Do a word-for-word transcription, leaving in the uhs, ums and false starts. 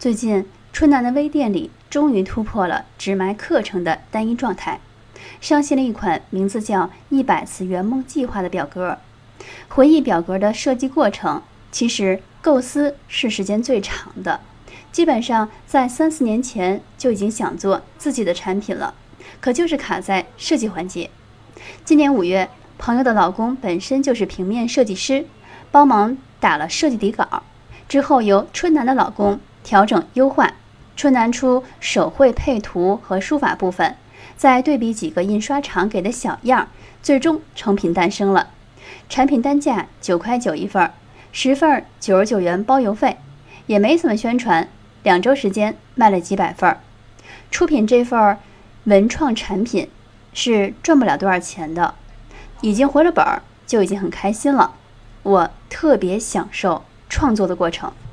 最近，春楠的微店里终于突破了只卖课程的单一状态，上线了一款名字叫“一百次圆梦计划”的表格。回忆表格的设计过程，其实构思是时间最长的，基本上在三四年前就已经想做自己的产品了，可就是卡在设计环节。今年五月，朋友的老公本身就是平面设计师，帮忙打了设计底稿，之后由春楠的老公调整优化，春楠出手绘配图和书法部分，再对比几个印刷厂给的小样，最终成品诞生了。产品单价九块九一份，十份九十九元包邮费，也没怎么宣传，两周时间卖了几百份。出品这份文创产品是赚不了多少钱的，已经回了本儿，就已经很开心了。我特别享受创作的过程。